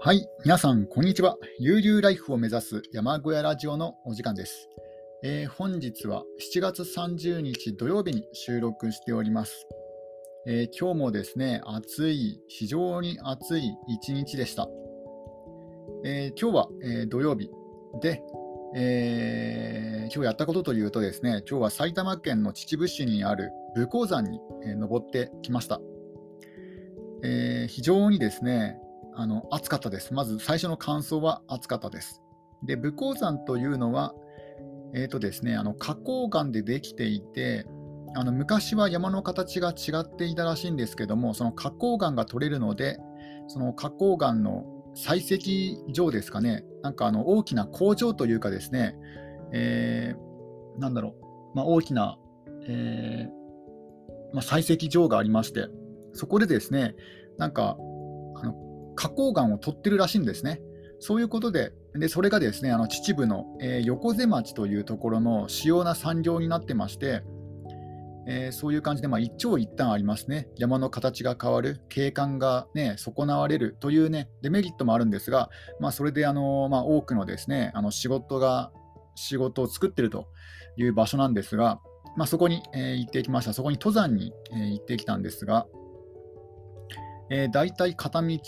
はい、皆さん、こんにちは。悠々ライフを目指す山小屋ラジオのお時間です。本日は7月30日土曜日に収録しております。今日もですね、非常に暑い一日でした。今日は、土曜日で、今日やったことというとですね、今日は埼玉県の秩父市にある武甲山に、登ってきました。非常にですね、暑かったです。まず最初の感想は暑かったです。で、武甲山というのは、ですね、花崗岩でできていて、昔は山の形が違っていたらしいんですけども、その花崗岩が取れるので、その花崗岩の採石場ですかね、なんか大きな工場というかですね、なんだろ大きな、え採石場がありまして、そこでですね、なんか花崗岩を取ってるらしいんですね。そういうことで、それがですね、秩父の、横瀬町というところの主要な産業になってまして、そういう感じで、一長一短ありますね。山の形が変わる、景観が、ね、損なわれるという、ね、デメリットもあるんですが、それで多くのですね、仕事を作っているという場所なんですが、そこに、行ってきました。そこに登山に、行ってきたんですが、だいたい片道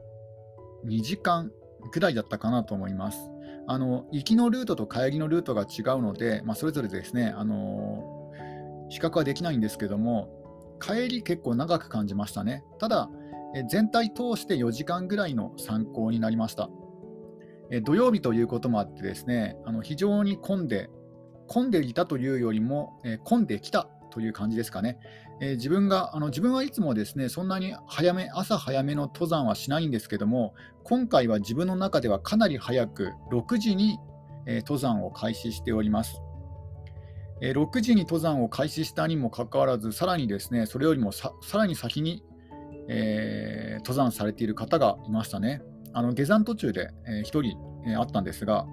2時間くらいだったかなと思います。行きのルートと帰りのルートが違うので、それぞれですね、比較はできないんですけども、帰り結構長く感じましたね。ただ、全体通して4時間ぐらいの参考になりました。土曜日ということもあってですね、非常に混んでいたというよりも、混んできたという感じですかね。自分はいつもですね、そんなに朝早めの登山はしないんですけども、今回は自分の中ではかなり早く6時に、登山を開始しております。6時に登山を開始したにもかかわらず、さらにですね、それよりもさらに先に、登山されている方がいましたね。下山途中で、1人、会ったんですが、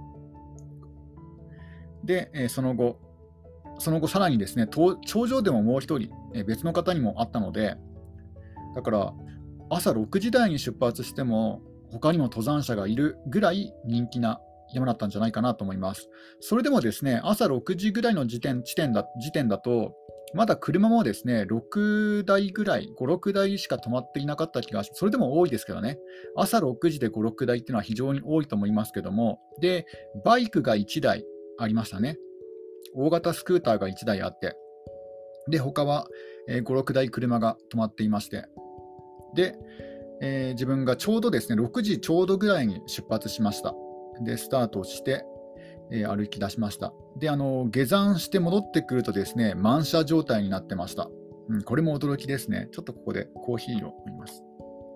で、その後さらにですね、頂上でももう1人、別の方にも会ったので、だから朝6時台に出発しても、他にも登山者がいるぐらい人気な山だったんじゃないかなと思います。それでもですね、朝6時ぐらいの時点だと、まだ車もですね、6台ぐらい、5、6台しか止まっていなかった気がそれでも多いですけどね、朝6時で5、6台っていうのは非常に多いと思いますけども、で、バイクが1台ありましたね。大型スクーターが1台あって、で、他は、5、6台車が止まっていまして、で、自分がちょうどですね、6時ちょうどぐらいに出発しました。で、スタートして、歩き出しました。で、下山して戻ってくるとですね、満車状態になってました。これも驚きですね。ちょっとここでコーヒーを飲みます。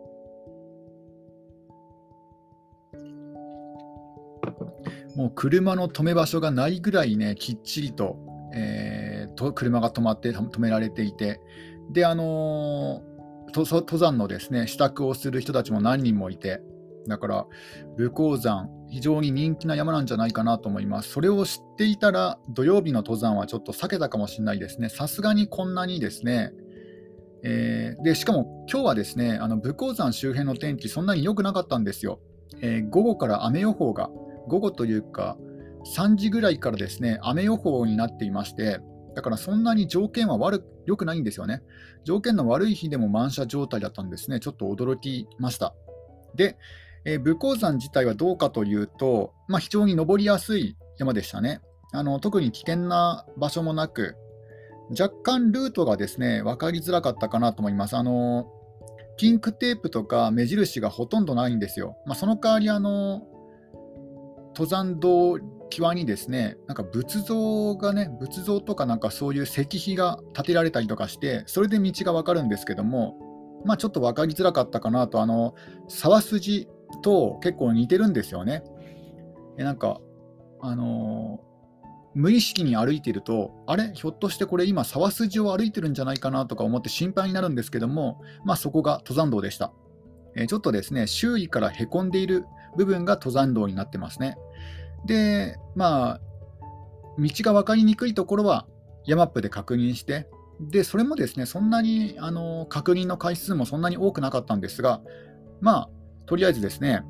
もう車の止め場所がないぐらいね、きっちりと、車が止められていて、で、登山のですね、支度をする人たちも何人もいて、だから、武甲山、非常に人気な山なんじゃないかなと思います。それを知っていたら、土曜日の登山はちょっと避けたかもしれないですね。さすがにこんなにですね、で、しかも今日はですね、武甲山周辺の天気、そんなに良くなかったんですよ。午後から雨予報が、午後というか、3時ぐらいからですね、雨予報になっていまして、だからそんなに条件は良くないんですよね。条件の悪い日でも満車状態だったんですね。ちょっと驚きました。で、武甲山自体はどうかというと、非常に登りやすい山でしたね。特に危険な場所もなく、若干ルートがですね、分かりづらかったかなと思います。ピンクテープとか目印がほとんどないんですよ。その代わり登山道際にですね、なんか仏像とかなんかそういう石碑が建てられたりとかして、それで道が分かるんですけども、ちょっと分かりづらかったかなと、沢筋と結構似てるんですよね。なんか、あの無意識に歩いていると、あれ、ひょっとしてこれ今沢筋を歩いてるんじゃないかなとか思って心配になるんですけども、そこが登山道でした。ちょっとですね、周囲からへこんでいる部分が登山道になってますね。で、道が分かりにくいところは山マップで確認して、で、それもですね、そんなに確認の回数もそんなに多くなかったんですが、とりあえずですね、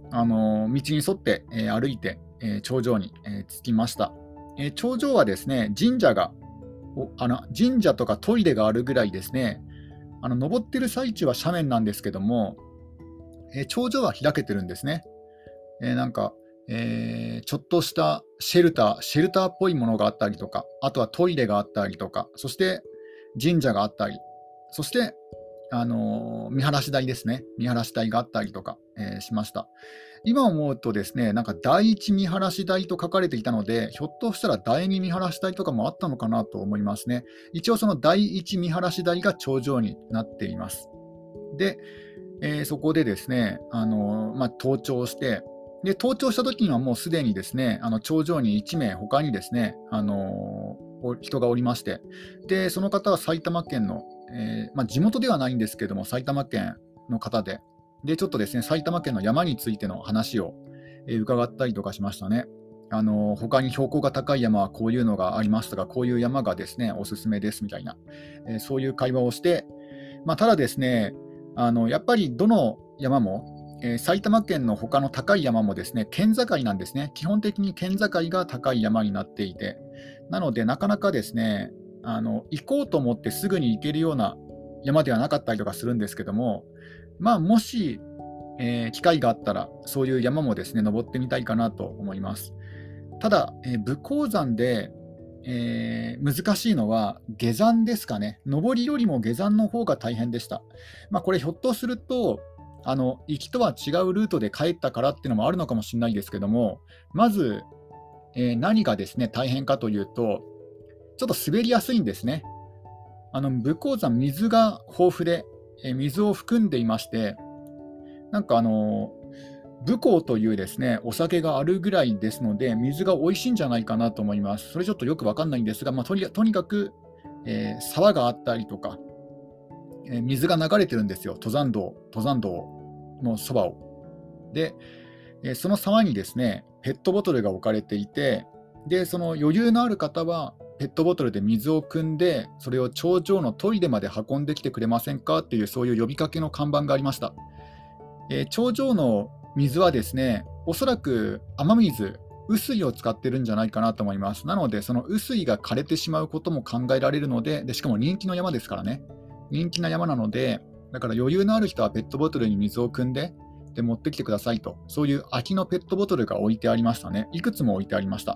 道に沿って、歩いて、頂上に、着きました。頂上はですね、神社とかトイレがあるぐらいですね、登ってる最中は斜面なんですけども、頂上は開けてるんですね。なんか、ちょっとしたシェルターっぽいものがあったりとか、あとはトイレがあったりとか、そして神社があったり、そして、見晴らし台ですね。見晴らし台があったりとか、しました。今思うとですね、なんか第一見晴らし台と書かれていたので、ひょっとしたら第二見晴らし台とかもあったのかなと思いますね。一応その第一見晴らし台が頂上になっています。で、そこでですね、登頂して、で登頂した時にはもうすでにですね、頂上に1名、他にですね、人がおりまして、でその方は埼玉県の、地元ではないんですけども、埼玉県の方で、ちょっとですね、埼玉県の山についての話を、伺ったりとかしましたね。他に標高が高い山はこういうのがありますとか、こういう山がですね、おすすめですみたいな、そういう会話をして、ただですね、やっぱりどの山も、埼玉県の他の高い山もですね、県境なんですね。基本的に県境が高い山になっていて、なのでなかなかですね、行こうと思ってすぐに行けるような山ではなかったりとかするんですけども、もし、機会があったら、そういう山もですね、登ってみたいかなと思います。ただ、武甲山で、難しいのは下山ですかね。上りよりも下山の方が大変でした。これひょっとすると、行きとは違うルートで帰ったからっていうのもあるのかもしれないですけども、まず、何がですね、大変かというと、ちょっと滑りやすいんですね。武甲山、水が豊富で、水を含んでいまして、なんか武甲というですね、お酒があるぐらいですので、水が美味しいんじゃないかなと思います。それちょっとよくわかんないんですが、とにかく、沢があったりとか、水が流れてるんですよ、登山道のそばを。で、その沢にですね、ペットボトルが置かれていて、で、その余裕のある方は、ペットボトルで水を汲んで、それを頂上のトイレまで運んできてくれませんかっていう、そういう呼びかけの看板がありました。頂上の水はですね、おそらく雨水、雨水を使ってるんじゃないかなと思います。なので、その雨水が枯れてしまうことも考えられるので、しかも人気の山ですからね、人気な山なので、だから余裕のある人はペットボトルに水を汲んで、持ってきてくださいと、そういう空きのペットボトルが置いてありましたね。いくつも置いてありました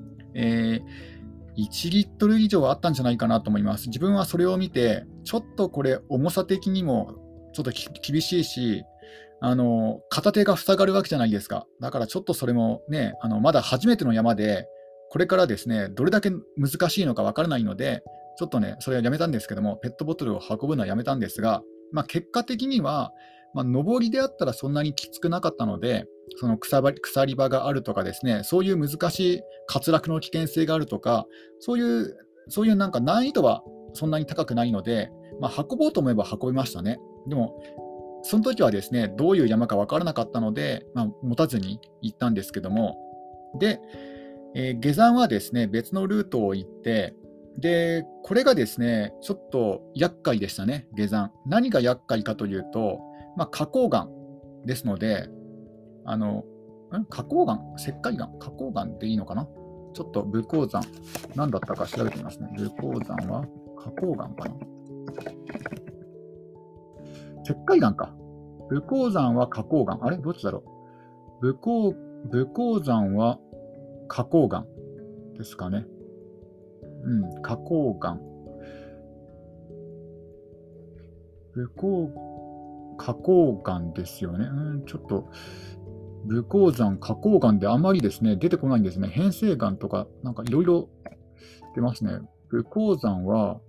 。1リットル以上あったんじゃないかなと思います。自分はそれを見て、ちょっとこれ、重さ的にもちょっと厳しいし、片手が塞がるわけじゃないですか。だからちょっとそれもね、まだ初めての山で、これからですね、どれだけ難しいのか分からないので、ちょっとね、それはやめたんですけども、ペットボトルを運ぶのはやめたんですが、結果的には、上りであったらそんなにきつくなかったので、その鎖場があるとかですね、そういう難しい滑落の危険性があるとか、そういうなんか難易度はそんなに高くないので、運ぼうと思えば運びましたね。でも、その時はですね、どういう山か分からなかったので、持たずに行ったんですけども、で、下山はですね、別のルートを行って、で、これがですね、ちょっと厄介でしたね、下山。何が厄介かというと、花崗岩ですので、花崗岩石灰岩花崗岩でいいのかな、ちょっと武甲山、何だったか調べてみますね。武甲山は花崗岩かな、石灰岩か。武甲山は花崗岩。あれどっちだろう。武甲山は花崗岩ですかね。花崗岩。花崗岩ですよね。ちょっと、武甲山、花崗岩であまりですね、出てこないんですね。変成岩とか、なんかいろいろ出ますね。武甲山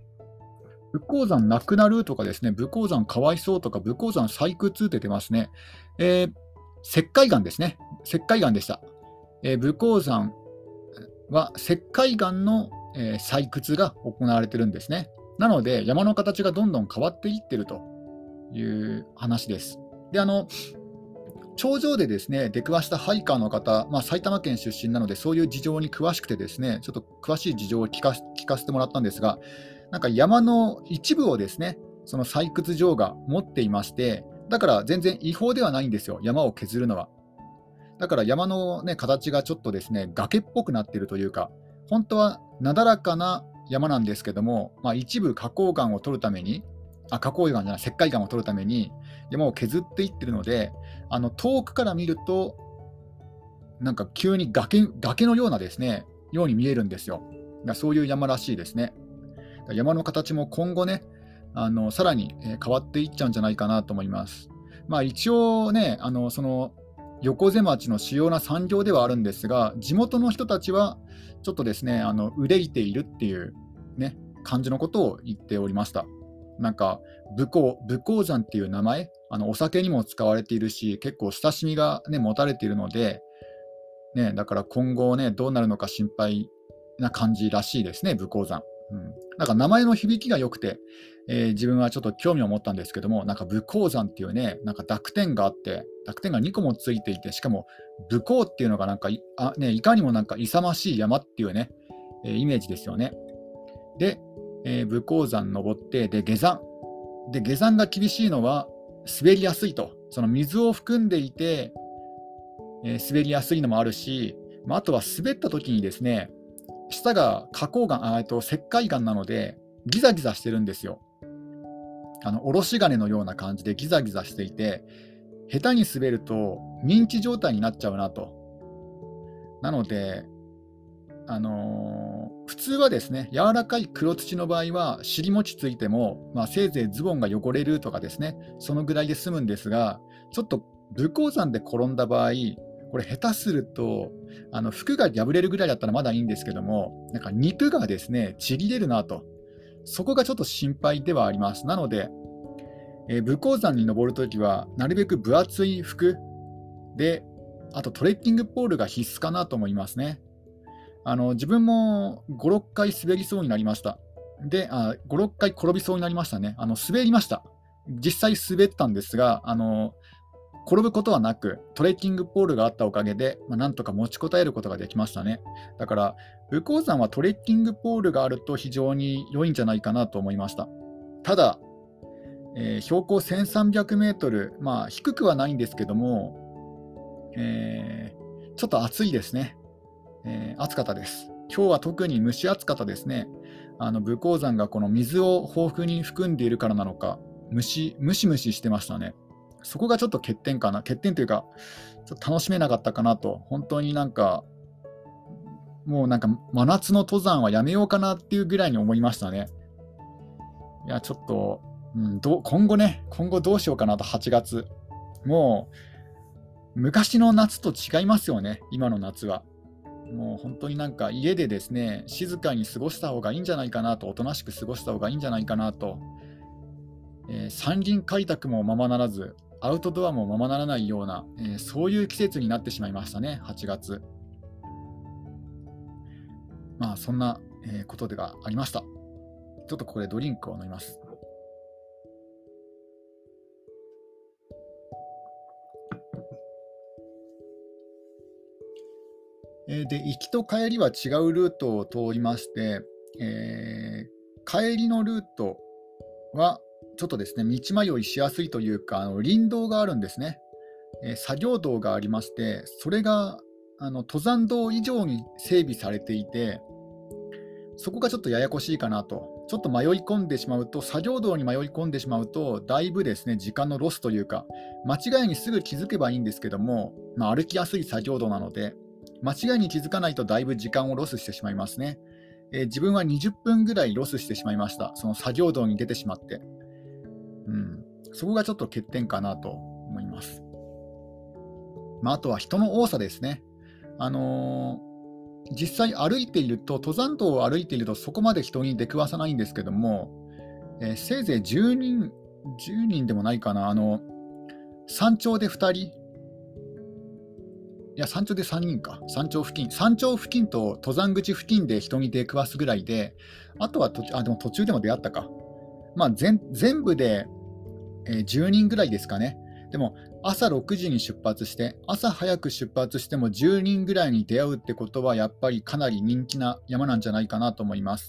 なくなるとかですね、武甲山かわいそうとか、武甲山採掘って出ますね。石灰岩ですね。石灰岩でした。武甲山は石灰岩の、採掘が行われてるんですね。なので、山の形がどんどん変わっていってるという話です。で、頂上でですね、出くわしたハイカーの方、埼玉県出身なので、そういう事情に詳しくてですね、ちょっと詳しい事情を聞かせてもらったんですが、なんか山の一部をですね、その採掘場が持っていまして、だから全然違法ではないんですよ、山を削るのは。 だから山の、ね、形がちょっとですね、崖っぽくなっているというか、本当はなだらかな山なんですけども、一部花崗岩を取るために、花崗岩じゃない、石灰岩を取るために山を削っていってるので、遠くから見ると、なんか急に崖のようなですね、ように見えるんですよ。そういう山らしいですね。山の形も今後ね、さらに変わっていっちゃうんじゃないかなと思います。一応ね、その横瀬町の主要な産業ではあるんですが、地元の人たちはちょっとですね、憂いているっていう、ね、感じのことを言っておりました。なんか武甲山っていう名前、お酒にも使われているし、結構親しみが、ね、持たれているので、ね、だから今後ね、どうなるのか心配な感じらしいですね、武甲山。なんか名前の響きが良くて、自分はちょっと興味を持ったんですけども、なんか武甲山っていうね、なんか濁点があって、濁点が2個もついていて、しかも武甲っていうのがなんかいかにもなんか勇ましい山っていうね、イメージですよね。で、武甲山登って、で、下山が厳しいのは滑りやすいと。その水を含んでいて、滑りやすいのもあるし、あとは滑った時にですね、下が花崗岩、石灰岩なので、ギザギザしてるんですよ。おろし金のような感じでギザギザしていて、下手に滑ると認知状態になっちゃうなと。なので、普通はですね、柔らかい黒土の場合は、尻餅ついても、せいぜいズボンが汚れるとかですね、そのぐらいで済むんですが、ちょっと武甲山で転んだ場合、これ下手すると、服が破れるぐらいだったらまだいいんですけども、なんか肉がですね、ちぎれるなと。そこがちょっと心配ではあります。なので、武甲山に登るときは、なるべく分厚い服で、あとトレッキングポールが必須かなと思いますね。自分も5、6回滑りそうになりました。で、5、6回転びそうになりましたね。滑りました。実際滑ったんですが、転ぶことはなく、トレッキングポールがあったおかげで、なんとか持ちこたえることができましたね。だから、武甲山はトレッキングポールがあると非常に良いんじゃないかなと思いました。ただ、標高1300メートル、低くはないんですけども、ちょっと暑いですね。暑かったです。今日は特に蒸し暑かったですね。武甲山がこの水を豊富に含んでいるからなのか、ムシムシしてましたね。そこがちょっと欠点かな。欠点というか、ちょっと楽しめなかったかなと。本当になんか、もうなんか真夏の登山はやめようかなっていうぐらいに思いましたね。いや、ちょっと、今後どうしようかなと、8月。もう、昔の夏と違いますよね、今の夏は。もう本当になんか家でですね、静かに過ごした方がいいんじゃないかなと、おとなしく過ごした方がいいんじゃないかなと、山林開拓もままならず、アウトドアもままならないような、そういう季節になってしまいましたね、8月。そんな、ことでがありました。ちょっとここでドリンクを飲みます。で、行きと帰りは違うルートを通りまして、帰りのルートはちょっとですね、道迷いしやすいというか、林道があるんですね。作業道がありまして、それが登山道以上に整備されていて、そこがちょっとややこしいかなと。ちょっと迷い込んでしまうと、作業道に迷い込んでしまうと、だいぶですね、時間のロスというか、間違いにすぐ気づけばいいんですけども、歩きやすい作業道なので、間違いに気づかないとだいぶ時間をロスしてしまいますね。自分は20分ぐらいロスしてしまいました。その作業道に出てしまって。そこがちょっと欠点かなと思います。あとは人の多さですね。実際歩いていると、登山道を歩いているとそこまで人に出くわさないんですけども、せいぜい10人でもないかな、山頂で2人、いや、山頂で3人か、山頂付近と登山口付近で人に出くわすぐらいで、あとはでも途中でも出会ったか。全部で、10人ぐらいですかね。でも朝6時に出発して、朝早く出発しても10人ぐらいに出会うってことは、やっぱりかなり人気な山なんじゃないかなと思います。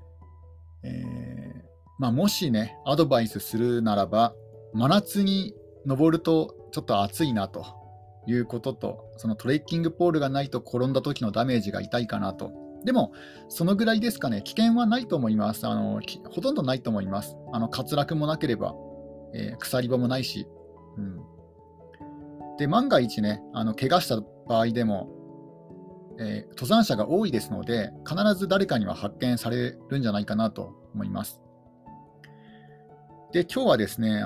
もしね、アドバイスするならば、真夏に登るとちょっと暑いなということと、そのトレッキングポールがないと転んだ時のダメージが痛いかなと。でも、そのぐらいですかね。危険はないと思います。ほとんどないと思います。滑落もなければ、鎖場もないし。うん、で、万が一ね、怪我した場合でも、登山者が多いですので、必ず誰かには発見されるんじゃないかなと思います。で、今日はですね、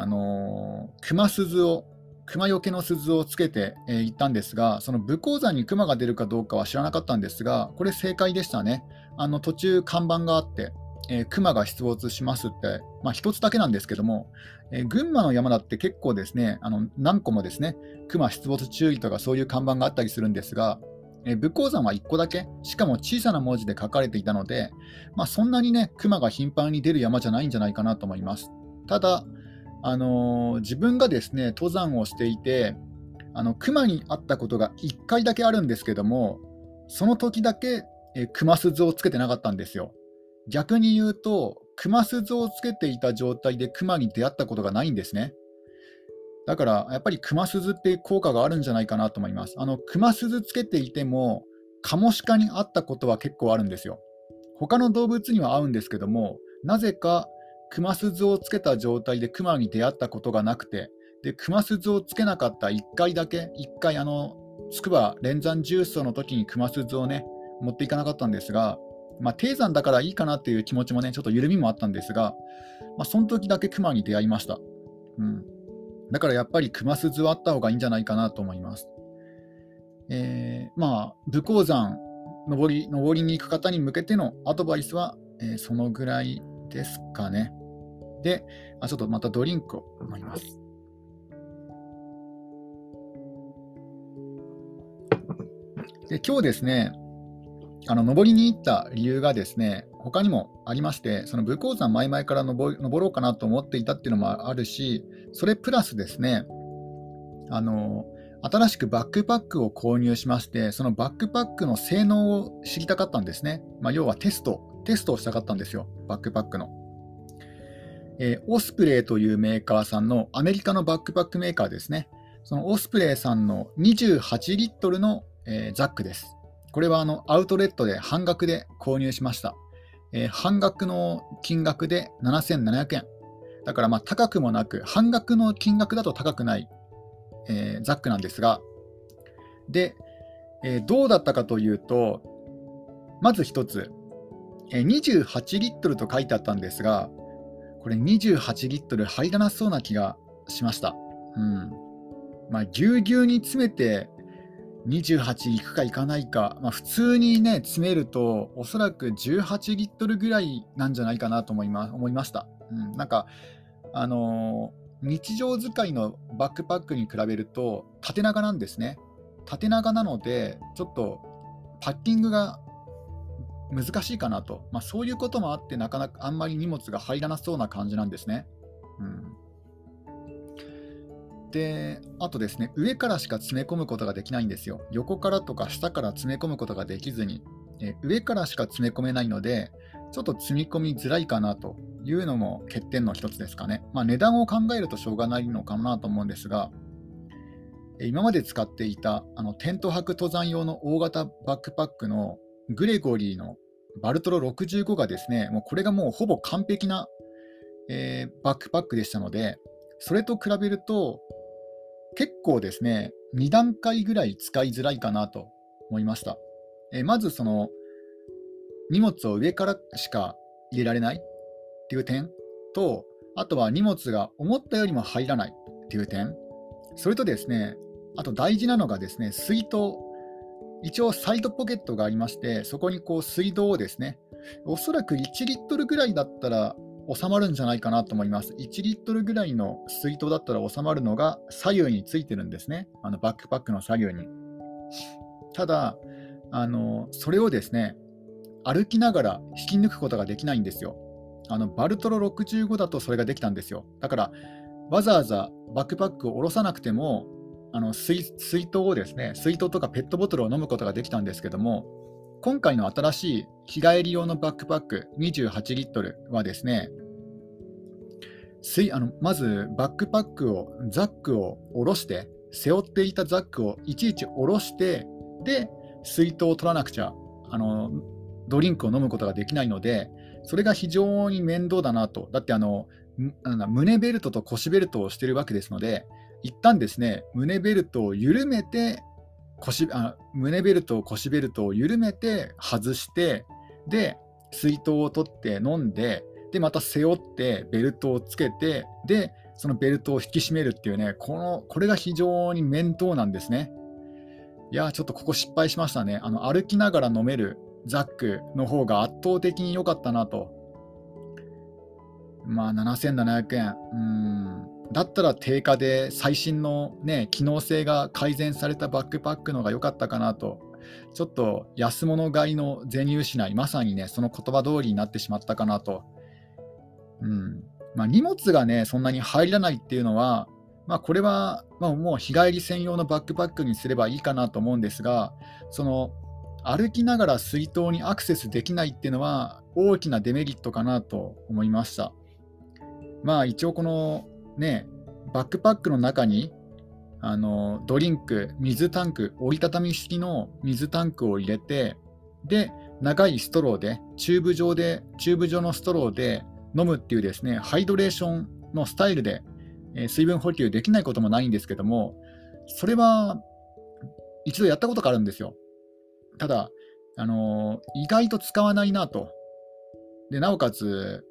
熊よけの鈴をつけて、行ったんですが、その武甲山に熊が出るかどうかは知らなかったんですが、これ正解でしたね。途中看板があって、熊が出没しますって、一つだけなんですけども、群馬の山だって結構ですね、何個もですね、熊出没注意とかそういう看板があったりするんですが、武甲山は1個だけ、しかも小さな文字で書かれていたので、そんなにね、熊が頻繁に出る山じゃないんじゃないかなと思います。ただ、自分がですね、登山をしていて、熊に会ったことが1回だけあるんですけども、その時だけ、熊鈴をつけてなかったんですよ。逆に言うと、熊鈴をつけていた状態で熊に出会ったことがないんですね。だから、やっぱり熊鈴って効果があるんじゃないかなと思います。熊鈴つけていても、カモシカに会ったことは結構あるんですよ。他の動物には会うんですけども、なぜか熊鈴をつけた状態で熊に出会ったことがなくて、で熊鈴をつけなかった1回だけ、1回筑波連山重曹の時に熊鈴をね、持っていかなかったんですが、低山だからいいかなっていう気持ちもね、ちょっと緩みもあったんですが、その時だけ熊に出会いました。うん、だからやっぱり熊鈴はあった方がいいんじゃないかなと思います。武甲山登りに行く方に向けてのアドバイスは、そのぐらいですかね。で、ちょっとまたドリンクを飲みます。で、今日ですね、登りに行った理由がですね、他にもありまして、その武甲山前々から登ろうかなと思っていたっていうのもあるし、それプラスですね、新しくバックパックを購入しまして、そのバックパックの性能を知りたかったんですね。要はテストをしたかったんですよ、バックパックの。オスプレイというメーカーさんの、アメリカのバックパックメーカーですね。そのオスプレイさんの28リットルの、ザックです。これはアウトレットで半額で購入しました。半額の金額で7700円。だから高くもなく、半額の金額だと高くない、ザックなんですが、で、どうだったかというと、まず一つ、28リットルと書いてあったんですが、これ28リットル入らなそうな気がしました。ぎゅうぎゅうに詰めて28いくかいかないか、普通にね、詰めると、おそらく18リットルぐらいなんじゃないかなと思いました。日常使いのバックパックに比べると縦長なんですね。縦長なので、ちょっとパッキングが難しいかなと、そういうこともあって、なかなかあんまり荷物が入らなそうな感じなんですね。で、あとですね、上からしか詰め込むことができないんですよ。横からとか下から詰め込むことができずに、上からしか詰め込めないので、ちょっと積み込みづらいかなというのも欠点の一つですかね。値段を考えるとしょうがないのかなと思うんですが、今まで使っていたテント泊登山用の大型バックパックのグレゴリーのバルトロ65がですね、これがもうほぼ完璧な、バックパックでしたので、それと比べると結構ですね、2段階ぐらい使いづらいかなと思いました。まずその荷物を上からしか入れられないっていう点と、あとは荷物が思ったよりも入らないっていう点、それとですね、あと大事なのがですね、水筒。一応サイドポケットがありまして、そこに水道をですね、おそらく1リットルぐらいだったら収まるんじゃないかなと思います。1リットルぐらいの水筒だったら収まるのが左右についてるんですね。バックパックの左右に。ただ、それをですね、歩きながら引き抜くことができないんですよ。バルトロ65だとそれができたんですよ。だから、わざわざバックパックを下ろさなくても、水筒をですね、水筒とかペットボトルを飲むことができたんですけども、今回の新しい日帰り用のバックパック28リットルはですね、 まずバックパックを、ザックを下ろして、背負っていたザックをいちいち下ろして、で、水筒を取らなくちゃ、ドリンクを飲むことができないので、それが非常に面倒だなと。だって胸ベルトと腰ベルトをしているわけですので、一旦ですね、胸ベルトを緩めて、胸ベルト、腰ベルトを緩めて外して、で、水筒を取って飲んで、で、また背負ってベルトをつけて、で、そのベルトを引き締めるっていうね、これが非常に面倒なんですね。いやー、ちょっとここ失敗しましたね。歩きながら飲めるザックの方が圧倒的に良かったなと。まあ、7700円。だったら定価で最新のね、機能性が改善されたバックパックの方が良かったかなと。ちょっと安物買いの銭失い、まさにね、その言葉通りになってしまったかなと。荷物がね、そんなに入らないっていうのは、これは、もう日帰り専用のバックパックにすればいいかなと思うんですが、歩きながら水筒にアクセスできないっていうのは大きなデメリットかなと思いました。一応このね、バックパックの中にドリンク、水タンク、折りたたみ式の水タンクを入れて、で、長いストローで、チューブ状のストローで飲むっていうですね、ハイドレーションのスタイルで、水分補給できないこともないんですけども、それは一度やったことがあるんですよ。ただ、意外と使わないなと。で、なおかつ、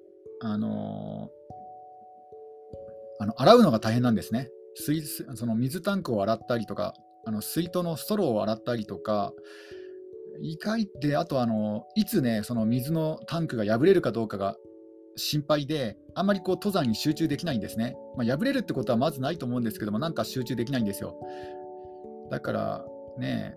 洗うのが大変なんですね。その水タンクを洗ったりとか、水筒のストローを洗ったりとか、意外で、あといつね、その水のタンクが破れるかどうかが心配で、あんまり登山に集中できないんですね。破れるってことはまずないと思うんですけども、なんか集中できないんですよ。だからね、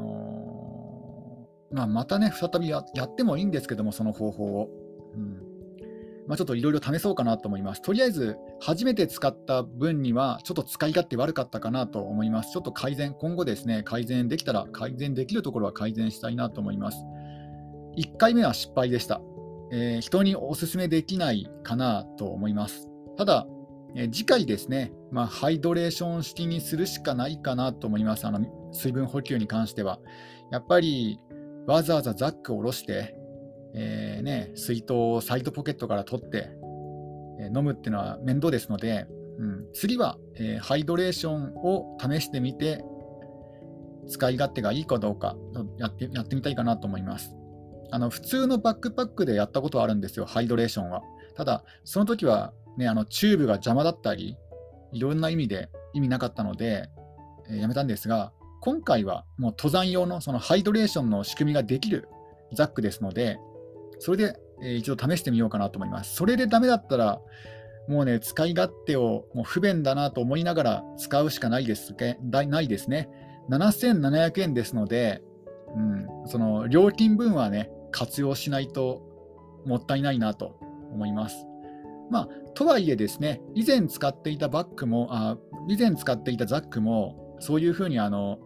またね、再びやってもいいんですけども、その方法を。ちょっといろいろ試そうかなと思います。とりあえず、初めて使った分には、ちょっと使い勝手悪かったかなと思います。ちょっと今後ですね、改善できるところは改善したいなと思います。1回目は失敗でした。人にお勧めできないかなと思います。ただ、次回ですね、ハイドレーション式にするしかないかなと思います。水分補給に関しては。やっぱり、わざわざザックを下ろして、水筒をサイドポケットから取って、飲むっていうのは面倒ですので、次は、ハイドレーションを試してみて、使い勝手がいいかどうかやってみたいかなと思います。普通のバックパックでやったことはあるんですよ、ハイドレーションは。ただ、その時は、チューブが邪魔だったり、いろんな意味で意味なかったので、やめたんですが、今回はもう登山用のそのハイドレーションの仕組みができるザックですので、それで、一度試してみようかなと思います。それでダメだったら、もうね、使い勝手をもう不便だなと思いながら使うしかないですね。7700円ですので、その料金分はね、活用しないともったいないなと思います。とはいえですね、以前使っていたザックも、そういうふうに直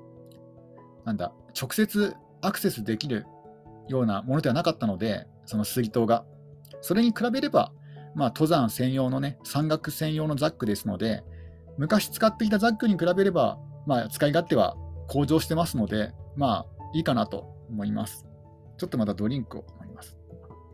接アクセスできるようなものではなかったので、その水筒が。それに比べれば、登山専用のね、山岳専用のザックですので、昔使っていたザックに比べれば、使い勝手は向上してますので、いいかなと思います。ちょっとまたドリンクを飲みます。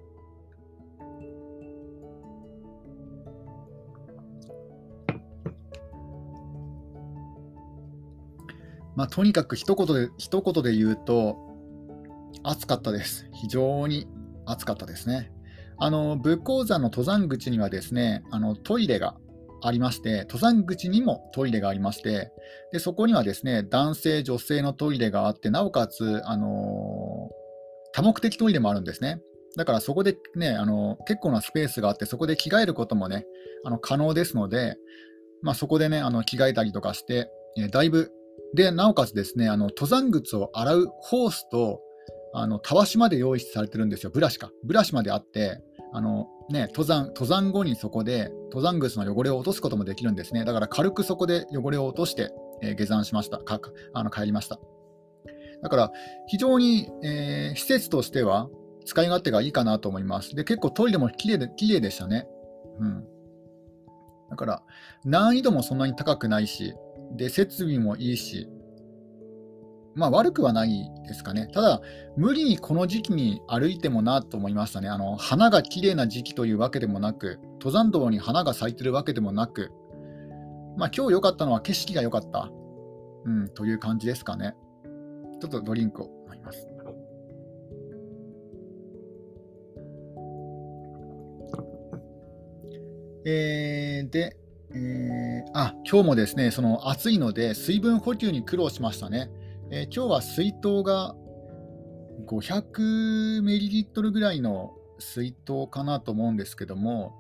とにかく一言で言うと、暑かったです。非常に暑かったですね。武甲山の登山口にはですね、トイレがありまして、登山口にもトイレがありまして、でそこにはですね、男性、女性のトイレがあって、なおかつ、多目的トイレもあるんですね。だからそこでね、結構なスペースがあって、そこで着替えることもね、可能ですので、そこでね、着替えたりとかして、だいぶ、で、なおかつですね、登山靴を洗うホースと、たわしまで用意されてるんですよ。ブラシまであって、登山後にそこで登山靴の汚れを落とすこともできるんですね。だから軽くそこで汚れを落として、下山しました。帰りました。だから非常に、施設としては使い勝手がいいかなと思います。で、結構トイレも綺麗でしたね。 だから難易度もそんなに高くないし、で設備もいいし、悪くはないですかね。ただ、無理にこの時期に歩いてもなと思いましたね。花が綺麗な時期というわけでもなく、登山道に花が咲いてるわけでもなく、今日良かったのは景色が良かった、という感じですかね。ちょっとドリンクを飲みます。で、今日もですね、その暑いので水分補給に苦労しましたね。今日は水筒が500ミリリットルぐらいの水筒かなと思うんですけども、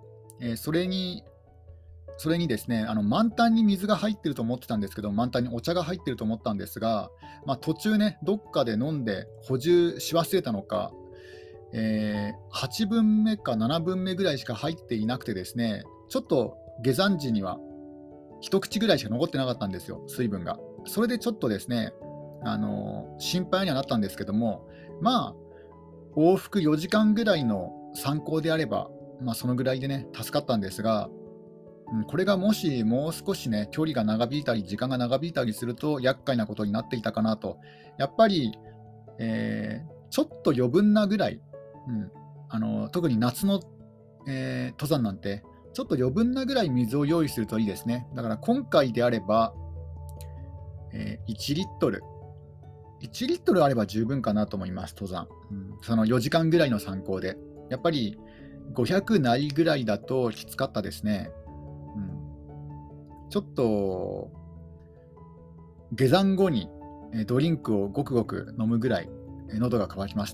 それにですね、満タンに水が入ってると思ってたんですけど、満タンにお茶が入ってると思ったんですが、途中ね、どっかで飲んで補充し忘れたのか、8分目か7分目ぐらいしか入っていなくてですね、ちょっと下山時には一口ぐらいしか残ってなかったんですよ、水分が。それでちょっとですね、心配にはなったんですけども、往復4時間ぐらいの参考であれば、そのぐらいでね、助かったんですが、これがもしもう少しね、距離が長引いたり、時間が長引いたりすると、厄介なことになっていたかなと。やっぱり、ちょっと余分なぐらい、特に夏の、登山なんて、ちょっと余分なぐらい水を用意するといいですね。だから今回であれば、1リットル。1リットルあれば十分かなと思います、登山。その4時間ぐらいの参考で。やっぱり500ないぐらいだときつかったですね。ちょっと下山後にドリンクをごくごく飲むぐらい喉が渇きました。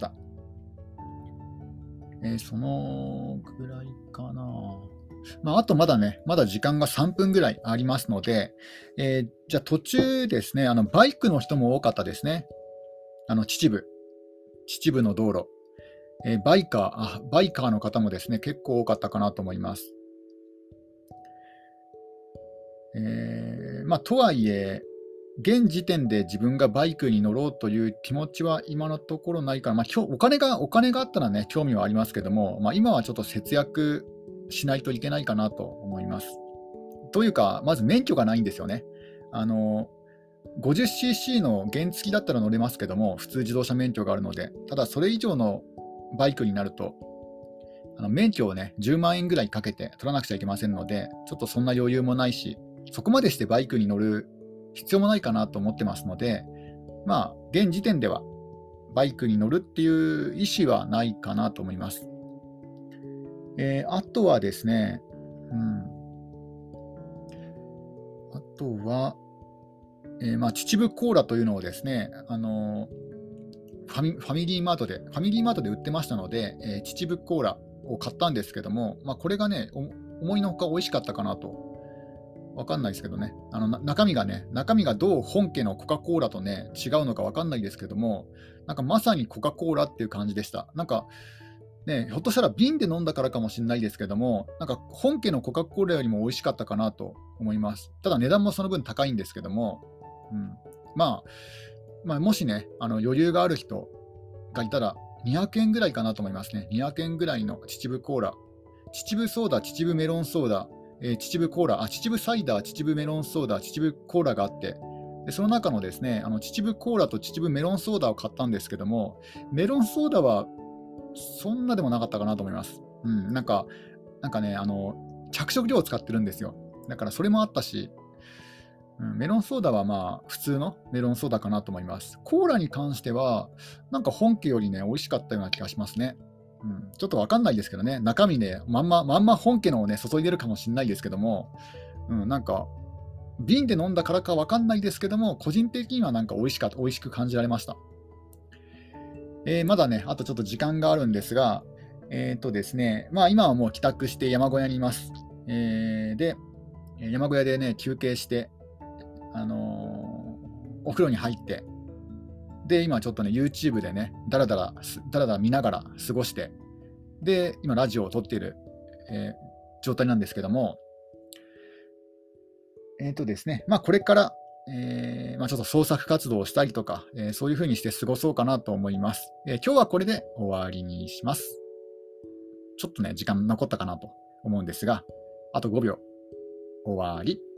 そのぐらいかな。あとまだね、まだ時間が3分ぐらいありますので、じゃあ途中ですね、バイクの人も多かったですね。秩父の道路、バイカーの方もですね、結構多かったかなと思います。とはいえ、現時点で自分がバイクに乗ろうという気持ちは今のところないから、今日お金があったらね、興味はありますけども、今はちょっと節約しないといけないかなと思います。というか、まず免許がないんですよね。50cc の原付だったら乗れますけども、普通自動車免許があるので、ただそれ以上のバイクになると、免許をね、10万円ぐらいかけて取らなくちゃいけませんので、ちょっとそんな余裕もないし、そこまでしてバイクに乗る必要もないかなと思ってますので、現時点ではバイクに乗るっていう意思はないかなと思います。あとはですね、あとは、秩父コーラというのをですね、ファミリーマートで売ってましたので、秩父コーラを買ったんですけども、これがね、思いのほか美味しかったかなと。わかんないですけどね、中身がどう本家のコカ・コーラとね、違うのかわかんないですけども、まさにコカ・コーラっていう感じでした。ひょっとしたら瓶で飲んだからかもしれないですけども、本家のコカ・コーラよりも美味しかったかなと思います。ただ値段もその分高いんですけども、もしね、余裕がある人がいたら、200円ぐらいかなと思いますね。200円ぐらいの秩父コーラ。秩父ソーダ、秩父メロンソーダ、秩父コーラ、秩父サイダー、秩父メロンソーダ、秩父コーラがあって、でその中のですね、秩父コーラと秩父メロンソーダを買ったんですけども、メロンソーダはそんなでもなかったかなと思います。ね、着色料を使ってるんですよ。だからそれもあったし、メロンソーダは普通のメロンソーダかなと思います。コーラに関しては、本家よりね、美味しかったような気がしますね。ちょっとわかんないですけどね、中身ね、まんま本家のをね、注いでるかもしれないですけども、瓶で飲んだからかわかんないですけども、個人的には美味しく感じられました。まだね、あとちょっと時間があるんですが、ですね、今はもう帰宅して山小屋にいます。で、山小屋でね、休憩して、お風呂に入って、で、今ちょっとね、YouTube でね、だらだら見ながら過ごして、で、今ラジオを撮っている、状態なんですけども、ですね、これから、ちょっと創作活動をしたりとか、そういう風にして過ごそうかなと思います。今日はこれで終わりにします。ちょっとね、時間残ったかなと思うんですが、あと5秒。 終わり。